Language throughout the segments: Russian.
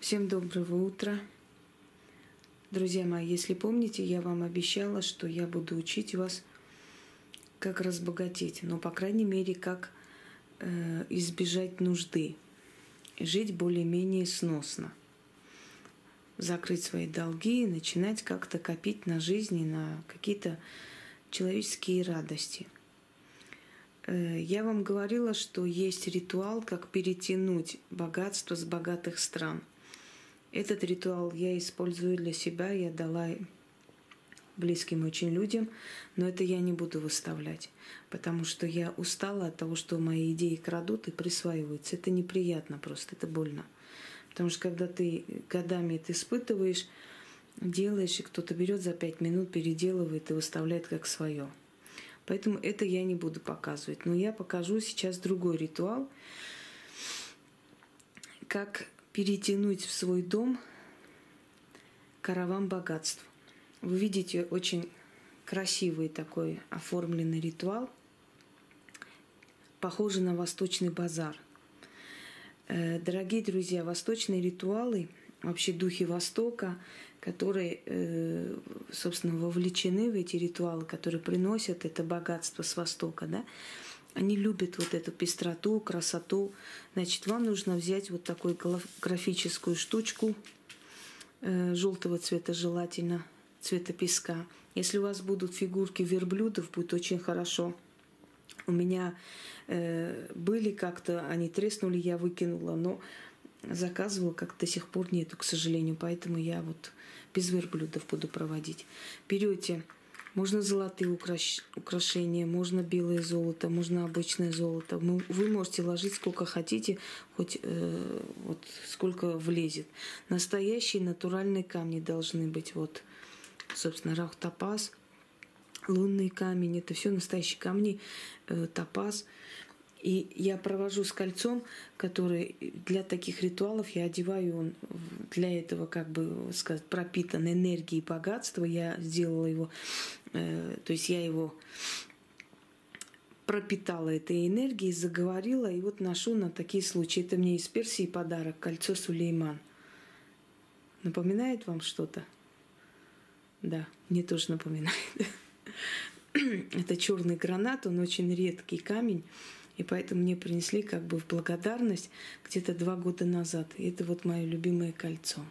Всем доброго утра. Друзья мои, если помните, я вам обещала, что я буду учить вас, как разбогатеть, но, по крайней мере, как избежать нужды, жить более-менее сносно, закрыть свои долги и начинать как-то копить на жизнь и на какие-то человеческие радости. Я вам говорила, что есть ритуал, как перетянуть богатство с богатых стран. Этот ритуал я использую для себя, я дала близким очень людям, но это я не буду выставлять, потому что я устала от того, что мои идеи крадут и присваиваются. Это неприятно просто, это больно. Потому что когда ты годами это испытываешь, делаешь, и кто-то берет за 5 минут, переделывает и выставляет как свое. Поэтому это я не буду показывать. Но я покажу сейчас другой ритуал, как перетянуть в свой дом караван богатств. Вы видите очень красивый такой оформленный ритуал, похожий на восточный базар. Дорогие друзья, восточные ритуалы, вообще духи Востока, которые, собственно, вовлечены в эти ритуалы, которые приносят это богатство с Востока, да, они любят вот эту пестроту, красоту. Значит, вам нужно взять вот такую графическую штучку желтого цвета, желательно цвета песка. Если у вас будут фигурки верблюдов, будет очень хорошо. У меня были как-то, они треснули, я выкинула, но заказывала, как до сих пор нету, к сожалению. Поэтому я вот без верблюдов буду проводить. Берете. Можно золотые украшения, можно белое золото, можно обычное золото. Вы можете ложить сколько хотите, хоть вот сколько влезет. Настоящие натуральные камни должны быть. Вот, собственно, рахтопаз, лунный камень. Это все настоящие камни, топаз. И я провожу с кольцом, который для таких ритуалов я одеваю, он для этого, как бы сказать, пропитан энергией богатства. Я сделала его, то есть я его пропитала этой энергией, заговорила, и вот ношу на такие случаи. Это мне из Персии подарок, кольцо Сулейман. Напоминает вам что-то? Да, мне тоже напоминает. Это черный гранат, он очень редкий камень. И поэтому мне принесли как бы в благодарность где-то 2 года назад. И это вот мое любимое кольцо.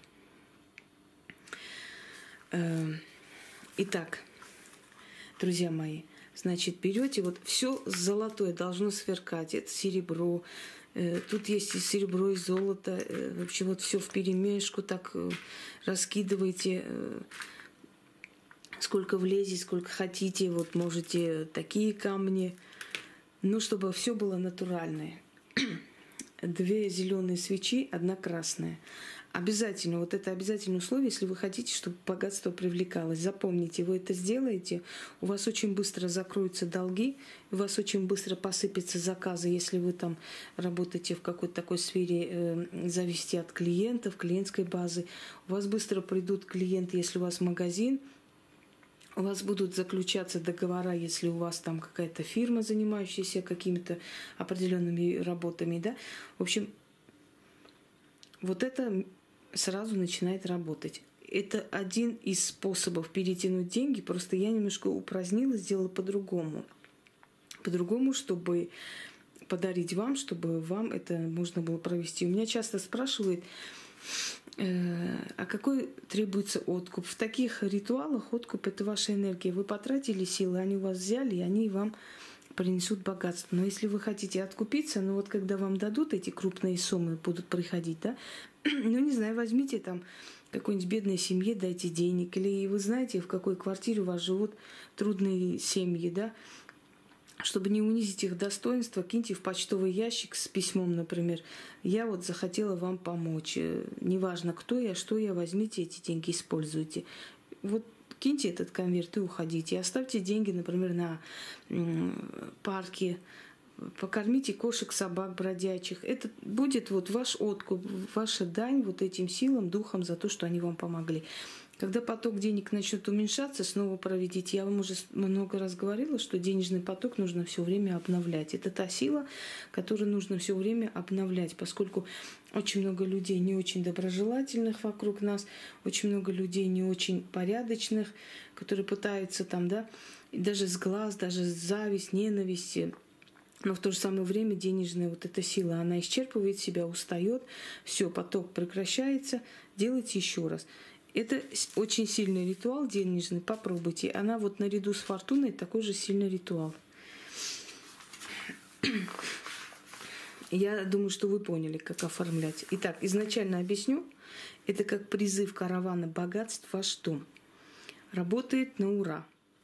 Итак, друзья мои, значит, берете вот все золотое должно сверкать. Это серебро. Тут есть и серебро, и золото. Вообще вот все вперемешку так раскидываете. Сколько влезет, сколько хотите. Вот можете такие камни. Ну, чтобы все было натуральное. 2 зеленые свечи, 1 красная. Обязательно, вот это обязательное условие, если вы хотите, чтобы богатство привлекалось. Запомните, вы это сделаете, у вас очень быстро закроются долги, у вас очень быстро посыпятся заказы, если вы там работаете в какой-то такой сфере, зависите от клиентов, клиентской базы. У вас быстро придут клиенты, если у вас магазин. У вас будут заключаться договора, если у вас там какая-то фирма, занимающаяся какими-то определенными работами, да. В общем, вот это сразу начинает работать. Это один из способов перетянуть деньги, просто я немножко упразднила, сделала по-другому. По-другому, чтобы подарить вам, чтобы вам это можно было провести. У меня часто спрашивают, а какой требуется откуп? В таких ритуалах откуп – это ваша энергия. Вы потратили силы, они у вас взяли, и они вам принесут богатство. Но если вы хотите откупиться, ну вот когда вам дадут эти крупные суммы, будут приходить, да, ну не знаю, возьмите там какой-нибудь бедной семье, дайте денег. Или вы знаете, в какой квартире у вас живут трудные семьи, да, чтобы не унизить их достоинство, киньте в почтовый ящик с письмом, например. Я вот захотела вам помочь. Неважно, кто я, что я, возьмите эти деньги, используйте. Вот киньте этот конверт и уходите. И оставьте деньги, например, на парке. Покормите кошек, собак бродячих. Это будет вот ваш откуп, ваша дань вот этим силам, духам за то, что они вам помогли. Когда поток денег начнет уменьшаться, снова проведите. Я вам уже много раз говорила, что денежный поток нужно все время обновлять. Это та сила, которую нужно все время обновлять, поскольку очень много людей не очень доброжелательных вокруг нас, очень много людей не очень порядочных, которые пытаются там, да, даже с глаз, даже с зависть, ненависть. Но в то же самое время денежная вот эта сила, она исчерпывает себя, устает, все, поток прекращается, делайте еще раз. Это очень сильный ритуал денежный, попробуйте. Она вот наряду с фортуной такой же сильный ритуал. Я думаю, что вы поняли, как оформлять. Итак, изначально объясню. Это как призыв каравана богатств в ваш дом. Работает на ура.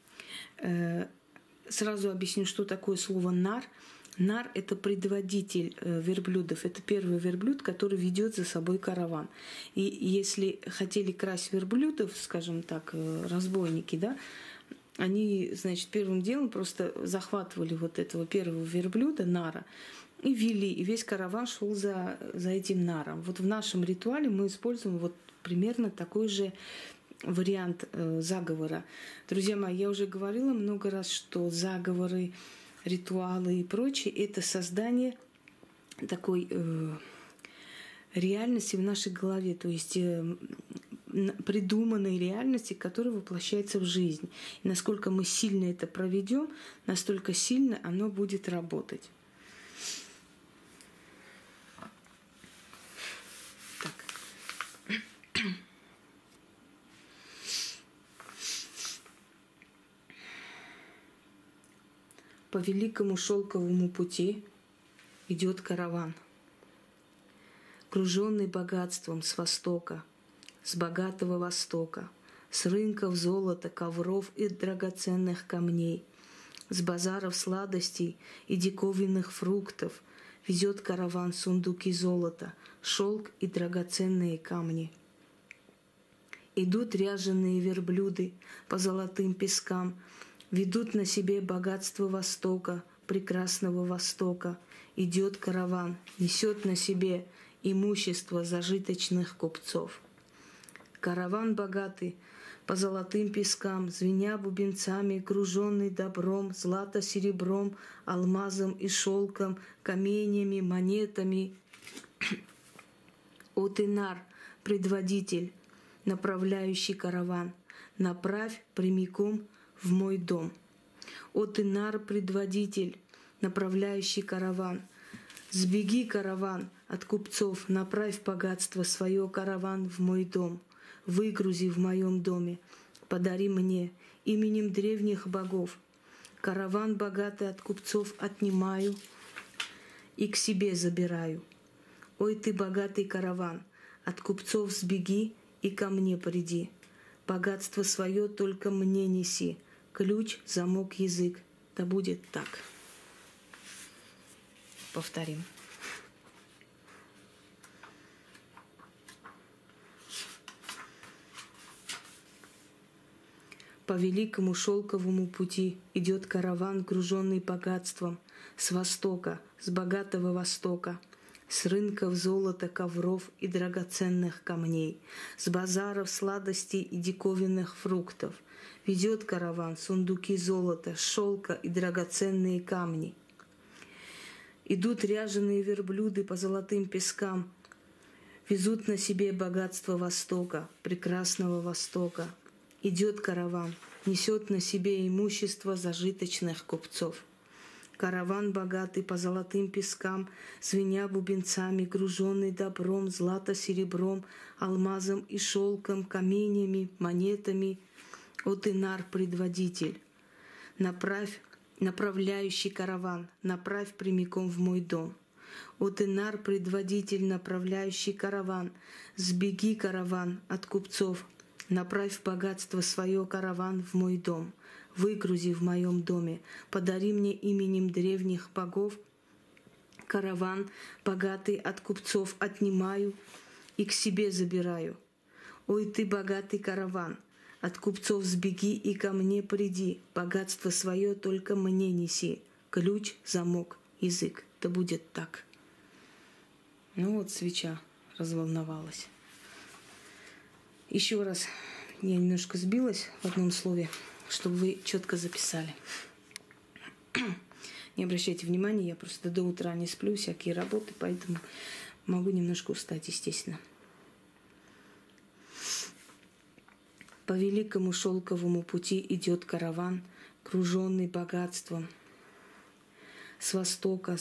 Сразу объясню, что такое слово «нар». Нар – это предводитель верблюдов. Это первый верблюд, который ведет за собой караван. И если хотели красть верблюдов, скажем так, разбойники, да, они, значит, первым делом просто захватывали вот этого первого верблюда, нара, и вели, и весь караван шел за этим наром. Вот в нашем ритуале мы используем вот примерно такой же вариант заговора. Друзья мои, я уже говорила много раз, что заговоры, ритуалы и прочее – это создание такой реальности в нашей голове, то есть придуманной реальности, которая воплощается в жизнь. И насколько мы сильно это проведем, настолько сильно оно будет работать. По великому шелковому пути идет караван, круженный богатством с востока, с богатого востока, с рынков золота, ковров и драгоценных камней, с базаров сладостей и диковинных фруктов везет караван сундуки золота, шелк и драгоценные камни. Идут ряженые верблюды по золотым пескам, ведут на себе богатство Востока, прекрасного Востока. Идет караван, несет на себе имущество зажиточных купцов. Караван богатый по золотым пескам, звеня бубенцами, груженный добром, злато, серебром, алмазом и шелком, каменями, монетами. О ты, нар, предводитель, направляющий караван, направь прямиком в мой дом. О ты, нар, предводитель, направляющий караван, сбеги, караван, от купцов, направь богатство свое, караван, в мой дом, выгрузи в моем доме, подари мне именем древних богов. Караван богатый от купцов отнимаю и к себе забираю. Ой ты, богатый караван, от купцов сбеги и ко мне приди. Богатство свое только мне неси, ключ, замок, язык. Да будет так. Повторим. По великому шелковому пути идет караван, груженный богатством, с востока, с богатого востока, с рынков золота, ковров и драгоценных камней, с базаров сладостей и диковинных фруктов. Ведет караван сундуки золота, шелка и драгоценные камни. Идут ряженые верблюды по золотым пескам, везут на себе богатство Востока, прекрасного Востока. Идет караван, несет на себе имущество зажиточных купцов. Караван богатый по золотым пескам, звеня бубенцами, груженный добром, злато, серебром, алмазом и шелком, каменями, монетами. О ты, нар, предводитель, направляющий караван, направь прямиком в мой дом. О ты, нар, предводитель, направляющий караван, сбеги, караван, от купцов, направь богатство свое, караван, в мой дом, выгрузи в моем доме, подари мне именем древних богов. Караван богатый от купцов отнимаю и к себе забираю. Ой ты, богатый караван, от купцов сбеги и ко мне приди, богатство свое только мне неси, ключ, замок, язык. Да будет так. Ну вот свеча разволновалась. Еще раз Я немножко сбилась в одном слове, чтобы вы четко записали. Не обращайте внимания, я просто до утра не сплю, всякие работы, поэтому могу немножко устать, естественно. По великому шелковому пути идет караван, груженный богатством. С востока,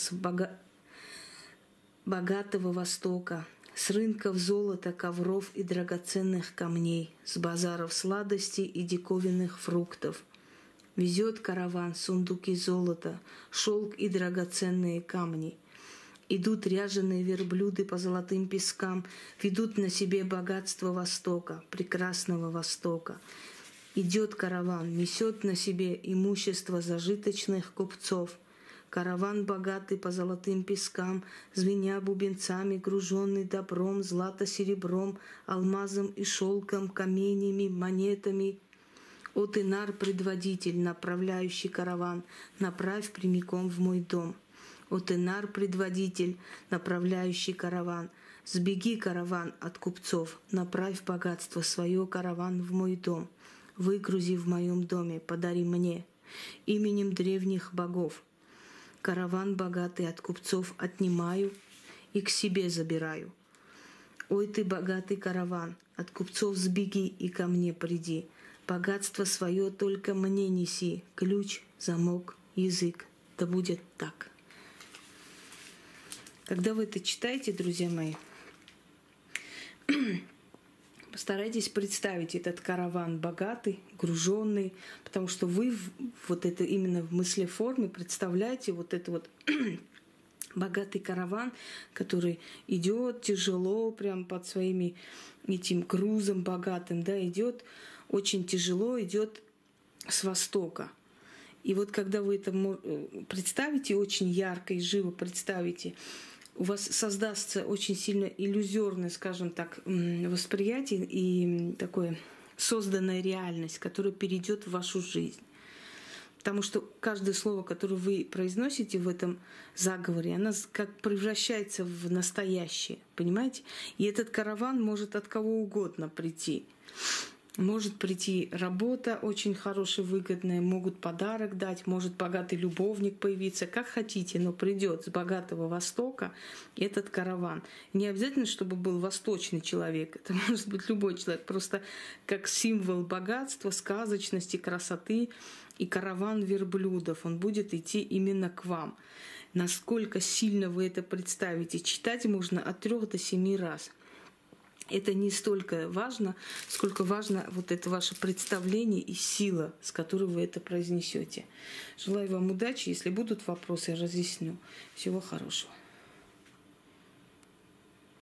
богатого востока, с рынков золота, ковров и драгоценных камней, с базаров сладостей и диковинных фруктов. Везет караван сундуки золота, шелк и драгоценные камни. Идут ряженые верблюды по золотым пескам, ведут на себе богатство Востока, прекрасного Востока. Идет караван, несет на себе имущество зажиточных купцов. Караван богатый по золотым пескам, звеня бубенцами, груженный добром, злато-серебром, алмазом и шелком, каменями, монетами. О ты, нар, предводитель, направляющий караван, направь прямиком в мой дом. О ты, нар, предводитель, направляющий караван, сбеги, караван, от купцов, направь богатство свое, караван, в мой дом. Выгрузи в моем доме, подари мне, именем древних богов. Караван богатый от купцов отнимаю и к себе забираю. Ой ты, богатый караван, от купцов сбеги и ко мне приди. Богатство свое только мне неси, ключ, замок, язык, да будет так. Когда вы это читаете, друзья мои, постарайтесь представить этот караван богатый, груженный, потому что вы вот это именно в мыслеформе представляете вот это вот богатый караван, который идет тяжело, прям под своими этим грузом богатым, да, идет очень тяжело, идет с востока. И вот когда вы это представите, очень ярко и живо представите, у вас создастся очень сильно иллюзорное, скажем так, восприятие и такое созданная реальность, которая перейдет в вашу жизнь. Потому что каждое слово, которое вы произносите в этом заговоре, оно как превращается в настоящее, понимаете? И этот караван может от кого угодно прийти. Может прийти работа очень хорошая, выгодная, могут подарок дать, может богатый любовник появиться, как хотите, но придет с богатого Востока этот караван. Не обязательно, чтобы был восточный человек, это может быть любой человек, просто как символ богатства, сказочности, красоты. И караван верблюдов, он будет идти именно к вам. Насколько сильно вы это представите, читать можно от 3 до 7 раз. Это не столько важно, сколько важно вот это ваше представление и сила, с которой вы это произнесете. Желаю вам удачи. Если будут вопросы, я разъясню. Всего хорошего.